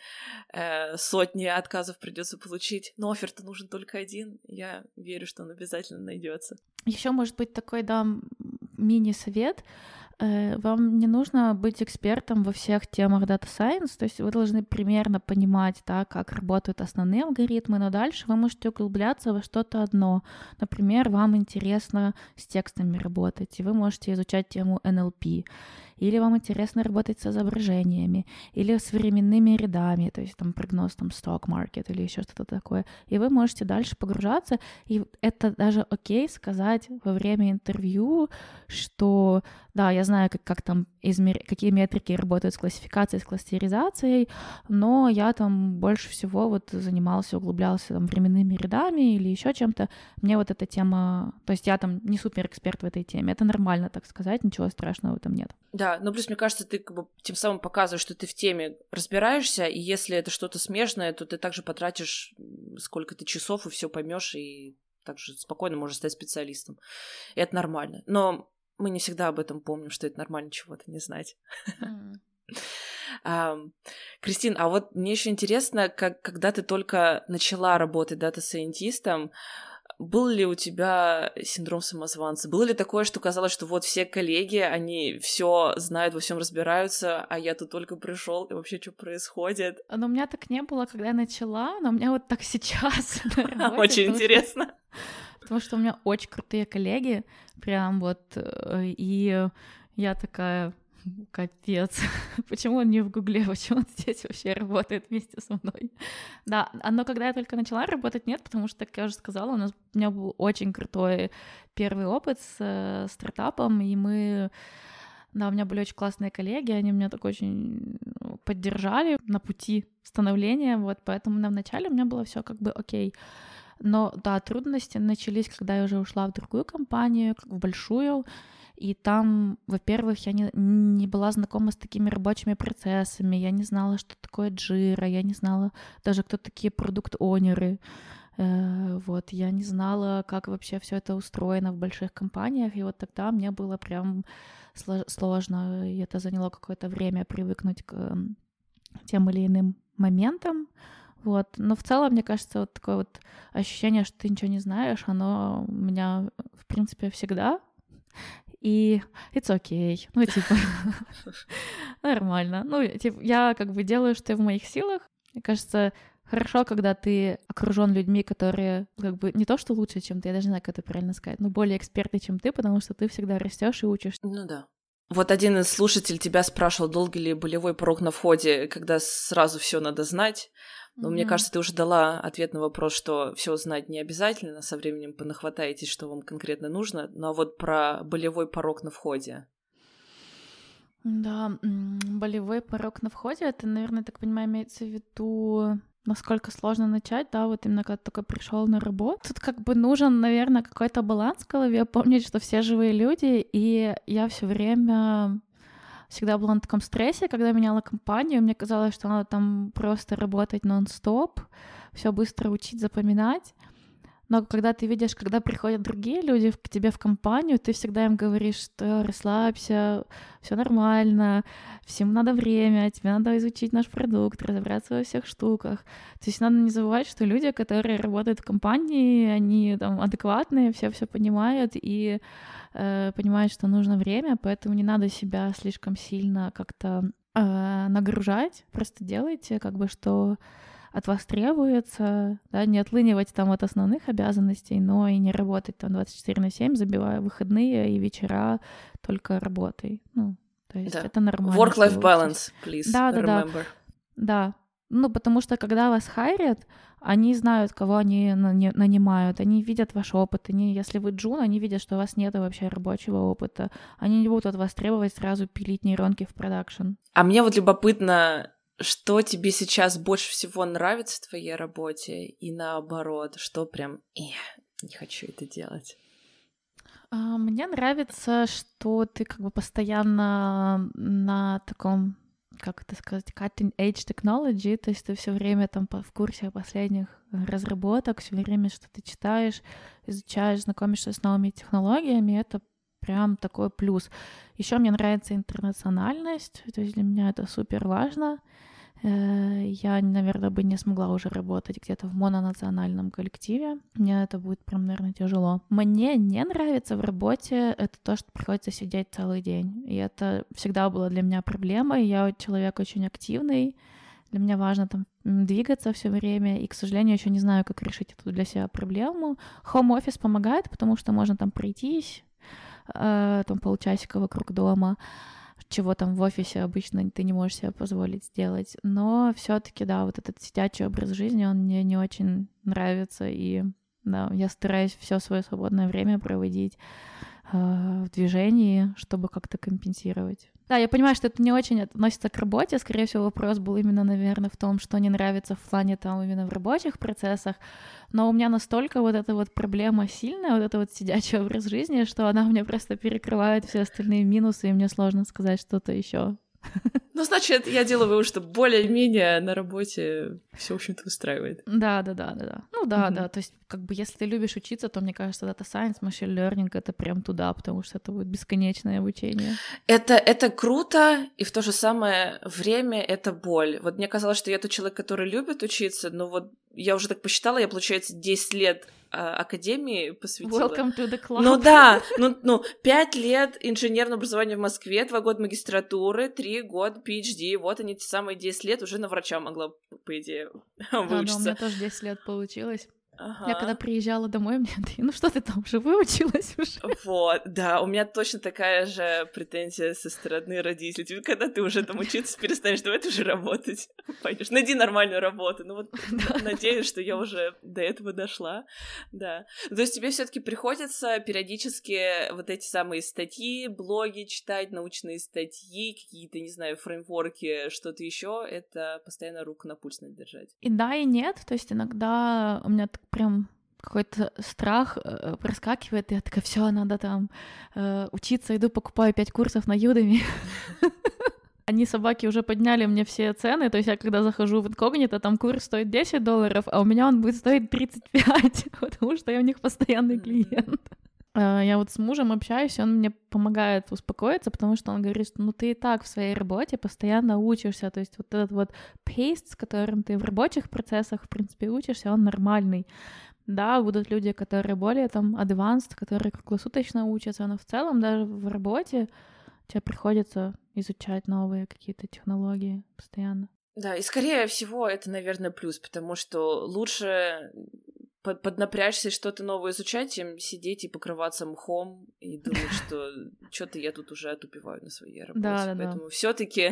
сотни отказов придется получить, но оффер-то нужен только один, я верю, что он обязательно найдется. Еще может быть такой, мини-совет. Вам не нужно быть экспертом во всех темах Data Science, то есть вы должны примерно понимать, как работают основные алгоритмы, но дальше вы можете углубляться во что-то одно. Например, вам интересно с текстами работать, и вы можете изучать тему NLP, или вам интересно работать с изображениями, или с временными рядами, то есть прогноз stock market или еще что-то такое, и вы можете дальше погружаться, и это даже окей сказать во время интервью, что да, я знаю, как какие метрики работают с классификацией, с кластеризацией, но я больше всего занимался, углублялся временными рядами или еще чем-то. Мне эта тема, то есть я не супер эксперт в этой теме, это нормально так сказать, ничего страшного в этом нет. Да, плюс, мне кажется, ты тем самым показываешь, что ты в теме разбираешься, и если это что-то смежное, то ты также потратишь сколько-то часов и все поймешь, и также спокойно можешь стать специалистом. И это нормально. Но мы не всегда об этом помним, что это нормально чего-то не знать. Кристин, а вот мне еще интересно, когда ты только начала работать дата-сайентистом, был ли у тебя синдром самозванца? Было ли такое, что казалось, что вот все коллеги, они все знают, во всем разбираются, а я тут только пришел, и вообще что происходит? Но у меня так не было, когда я начала, но у меня вот так сейчас на работе. Очень интересно. Потому что у меня очень крутые коллеги, прям вот, и я такая... Капец. Почему он не в Гугле? Почему он здесь вообще работает вместе со мной? Да, но когда я только начала работать, нет, потому что, как я уже сказала, у меня был очень крутой первый опыт с стартапом, и у меня были очень классные коллеги, они меня так очень поддержали на пути становления, вот, поэтому вначале у меня было все как бы окей. Но, да, трудности начались, когда я уже ушла в другую компанию, в большую, и там, во-первых, я не была знакома с такими рабочими процессами, я не знала, что такое Jira, я не знала даже, кто такие продукт-онеры, вот, я не знала, как вообще все это устроено в больших компаниях, и вот тогда мне было прям сложно, и это заняло какое-то время привыкнуть к тем или иным моментам, вот, но в целом, мне кажется, вот такое вот ощущение, что ты ничего не знаешь, оно у меня, в принципе, всегда. И it's okay. Ну, типа, нормально. Ну, типа, я как бы делаю, что в моих силах. Мне кажется, хорошо, когда ты окружен людьми, которые как бы не то, что лучше, чем ты, я даже не знаю, как это правильно сказать, но более эксперты, чем ты, потому что ты всегда растешь и учишься. Ну да. Вот один из слушателей тебя спрашивал, долгий ли болевой порог на входе, когда сразу все надо знать. Но мне кажется, ты уже дала ответ на вопрос, что все знать не обязательно, со временем понахватаетесь, что вам конкретно нужно. Ну а вот про болевой порог на входе. Да, болевой порог на входе, это, наверное, так понимаю, имеется в виду, насколько сложно начать, да, вот именно когда только пришел на работу. Тут как бы нужен, наверное, какой-то баланс в голове, помнить, что все живые люди, и я все время всегда была на таком стрессе, когда меняла компанию, мне казалось, что надо там просто работать нон-стоп, все быстро учить, запоминать. Но когда ты видишь, когда приходят другие люди к тебе в компанию, ты всегда им говоришь, что расслабься, все нормально, всем надо время, тебе надо изучить наш продукт, разобраться во всех штуках. То есть надо не забывать, что люди, которые работают в компании, они там адекватные, все понимают и понимают, что нужно время, поэтому не надо себя слишком сильно как-то нагружать, просто делайте как бы что от вас требуется, да, не отлынивать там от основных обязанностей, но и не работать там 24/7, забивая выходные и вечера только работой. Ну, то есть это нормально. Work-life balance, please, remember. Да, ну, потому что когда вас хайрят, они знают, кого они нанимают, они видят ваш опыт, если вы джун, они видят, что у вас нет вообще рабочего опыта, они не будут от вас требовать сразу пилить нейронки в продакшн. А мне вот любопытно, что тебе сейчас больше всего нравится в твоей работе, и наоборот, что прям не хочу это делать? Мне нравится, что ты как бы постоянно на таком, как это сказать, cutting-edge technology, то есть ты все время там в курсе последних разработок, все время что-то читаешь, изучаешь, знакомишься с новыми технологиями, это прям такой плюс. Еще мне нравится интернациональность, то есть для меня это супер важно. Я, наверное, бы не смогла уже работать где-то в мононациональном коллективе. Мне это будет прям, наверное, тяжело. Мне не нравится в работе это то, что приходится сидеть целый день. И это всегда было для меня проблемой. Я человек очень активный. Для меня важно там двигаться все время. И, к сожалению, еще не знаю, как решить эту для себя проблему. Home-офис помогает, потому что можно там пройтись, там полчасика вокруг дома, чего там в офисе обычно ты не можешь себе позволить сделать. Но все-таки, да, вот этот сидячий образ жизни, он мне не очень нравится, и да, я стараюсь все свое свободное время проводить в движении, чтобы как-то компенсировать. Да, я понимаю, что это не очень относится к работе, скорее всего, вопрос был именно, наверное, в том, что не нравится в плане там именно в рабочих процессах, но у меня настолько вот эта вот проблема сильная, вот это вот сидячий образ жизни, что она мне просто перекрывает все остальные минусы, и мне сложно сказать что-то еще. Ну, значит, я делаю вывод, что более-менее на работе все, в общем-то, устраивает. Да. Ну да. То есть, как бы, если ты любишь учиться, то, мне кажется, Data Science, Machine Learning — это прям туда, потому что это будет бесконечное обучение. Это круто, и в то же самое время это боль. Вот мне казалось, что я тот человек, который любит учиться, но вот я уже так посчитала, я, получается, 10 лет академии посвятила. Welcome to the club. Ну да, 5 лет инженерного образования в Москве, 2 года магистратуры, 3 года PhD, вот они, те самые 10 лет, уже на врача могла, по идее, выучиться. Да, у меня тоже 10 лет получилось. Ага. Я когда приезжала домой, мне ну что ты там уже выучилась уже? Вот, да, у меня точно такая же претензия со стороны родителей. Типа, когда ты уже там учиться перестанешь, давай ты уже работать. Пойдешь, найди нормальную работу. Ну вот, надеюсь, что я уже до этого дошла. Да. То есть тебе все-таки приходится периодически вот эти самые статьи, блоги читать, научные статьи, какие-то, не знаю, фреймворки, что-то еще. Это постоянно руку на пульс надо держать. И да, и нет. То есть иногда у меня прям какой-то страх проскакивает, и я такая, все, надо там учиться, иду, покупаю 5 курсов на Udemy. Они, собаки, уже подняли мне все цены, то есть я когда захожу в инкогнито, там курс стоит $10, а у меня он будет стоить 35, потому что я у них постоянный клиент. Я вот с мужем общаюсь, и он мне помогает успокоиться, потому что он говорит, что ну ты и так в своей работе постоянно учишься, то есть вот этот вот pace, с которым ты в рабочих процессах, в принципе, учишься, он нормальный. Да, будут люди, которые более там advanced, которые круглосуточно учатся, но в целом даже в работе тебе приходится изучать новые какие-то технологии постоянно. Да, и скорее всего это, наверное, плюс, потому что лучше поднапрячься и что-то новое изучать, чем сидеть и покрываться мхом и думать, что что-то я тут уже отупеваю на своей работе. Да. Поэтому все-таки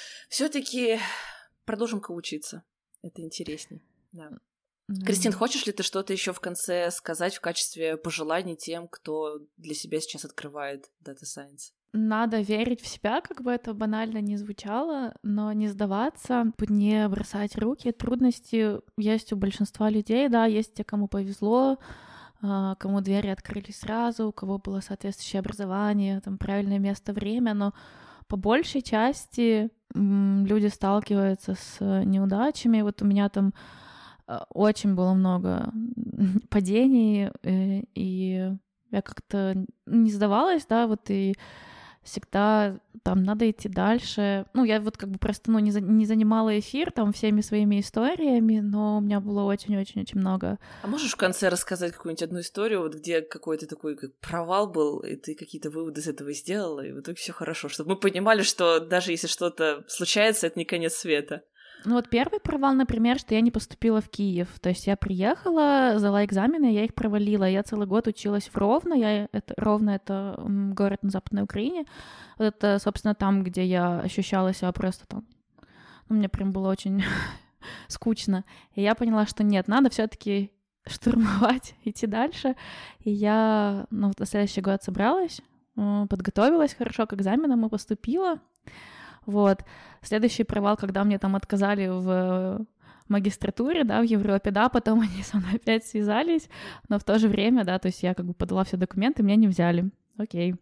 продолжим-ка учиться. Это интересней. Да. Кристин, хочешь ли ты что-то еще в конце сказать в качестве пожеланий тем, кто для себя сейчас открывает Data Science? Надо верить в себя, как бы это банально не звучало, но не сдаваться, не бросать руки. Трудности есть у большинства людей, да, есть те, кому повезло, кому двери открылись сразу, у кого было соответствующее образование, там, правильное место, время, но по большей части люди сталкиваются с неудачами. Вот у меня там очень было много падений, и я как-то не сдавалась, да, вот и всегда там надо идти дальше. Ну, я вот как бы просто, не занимала эфир там всеми своими историями, но у меня было очень-очень-очень много. А можешь в конце рассказать какую-нибудь одну историю, вот где какой-то такой как провал был, и ты какие-то выводы из этого сделала, и в итоге все хорошо, чтобы мы понимали, что даже если что-то случается, это не конец света. Ну вот первый провал, например, что я не поступила в Киев. То есть я приехала, сдала экзамены, я их провалила. Я целый год училась в Ровно. Ровно — это город на Западной Украине. Вот это, собственно, там, где я ощущала себя просто там... Ну, мне прям было очень скучно. И я поняла, что нет, надо все-таки штурмовать, идти дальше. И я на следующий год собралась, подготовилась хорошо к экзаменам и поступила. Вот. Следующий провал, когда мне там отказали в магистратуре, да, в Европе, да, потом они со мной опять связались, но в то же время, да, то есть я как бы подала все документы, меня не взяли. Окей.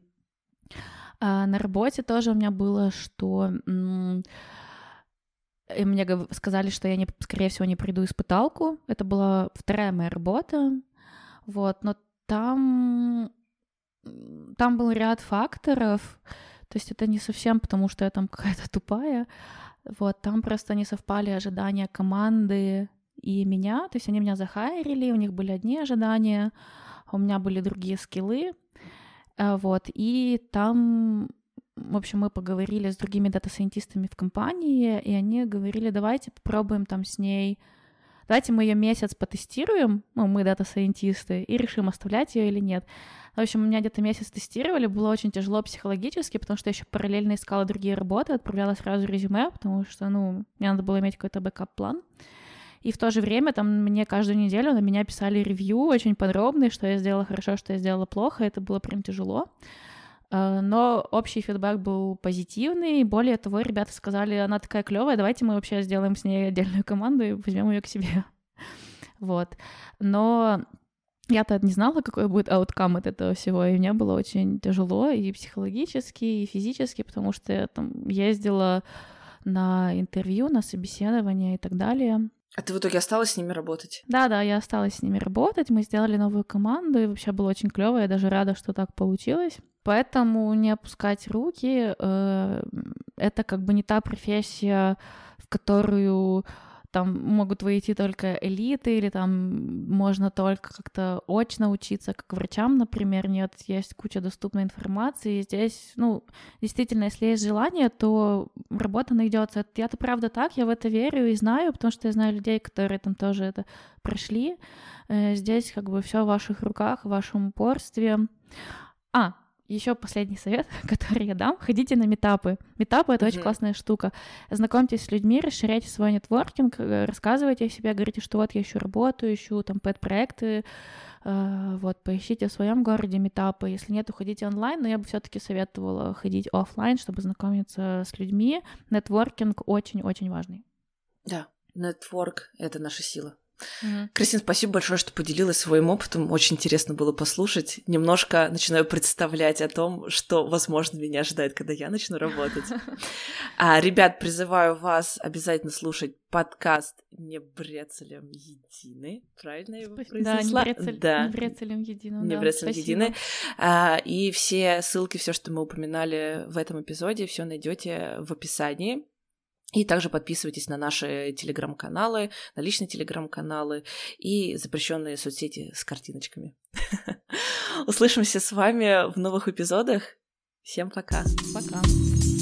На работе тоже у меня было, что и мне сказали, что я, скорее всего, не пройду испыталку. Это была вторая моя работа, вот, но там был ряд факторов. То есть это не совсем потому, что я там какая-то тупая. Вот, там просто не совпали ожидания команды и меня. То есть они меня захайрили, у них были одни ожидания, а у меня были другие скиллы. Вот, и там, в общем, мы поговорили с другими дата-сайентистами в компании, и они говорили, давайте попробуем там с ней... Давайте мы ее месяц потестируем, ну, мы дата-сайентисты, и решим, оставлять ее или нет. В общем, у меня где-то месяц тестировали, было очень тяжело психологически, потому что я еще параллельно искала другие работы, отправляла сразу резюме, потому что, мне надо было иметь какой-то бэкап-план. И в то же время там мне каждую неделю на меня писали ревью очень подробные, что я сделала хорошо, что я сделала плохо, это было прям тяжело. Но общий фидбэк был позитивный, более того, ребята сказали, она такая клевая, давайте мы вообще сделаем с ней отдельную команду и возьмем ее к себе. Вот. Но я-то не знала, какой будет ауткам от этого всего, и мне было очень тяжело и психологически, и физически, потому что я там ездила на интервью, на собеседование и так далее. А ты в итоге осталась с ними работать? Да, я осталась с ними работать, мы сделали новую команду, и вообще было очень клево, я даже рада, что так получилось. Поэтому не опускать руки, это как бы не та профессия, в которую там могут войти только элиты, или там можно только как-то очно учиться, как врачам, например, нет, есть куча доступной информации, и здесь, ну, действительно, если есть желание, то работа найдется. Это правда так, я в это верю и знаю, потому что я знаю людей, которые там тоже это прошли. Здесь как бы все в ваших руках, в вашем упорстве. Еще последний совет, который я дам: ходите на митапы. Митапы — это очень классная штука. Знакомьтесь с людьми, расширяйте свой нетворкинг, рассказывайте о себе, говорите, что вот я ищу работу, ищу там пэт-проекты, вот, поищите в своем городе митапы. Если нет, уходите онлайн, но я бы все-таки советовала ходить офлайн, чтобы знакомиться с людьми. Нетворкинг очень-очень важный. Да, нетворк — это наша сила. Кристин, спасибо большое, что поделилась своим опытом. Очень интересно было послушать. Немножко начинаю представлять о том, что, возможно, меня ожидает, когда я начну работать. Ребят, призываю вас обязательно слушать подкаст «Не брецелем едины». Правильно я его произнесла? Да, «Не брецелем единым». «Не брецелем едины». И все ссылки, все, что мы упоминали в этом эпизоде, все найдете в описании. И также подписывайтесь на наши телеграм-каналы, на личные телеграм-каналы и запрещенные соцсети с картиночками. Услышимся с вами в новых эпизодах. Всем пока. Пока.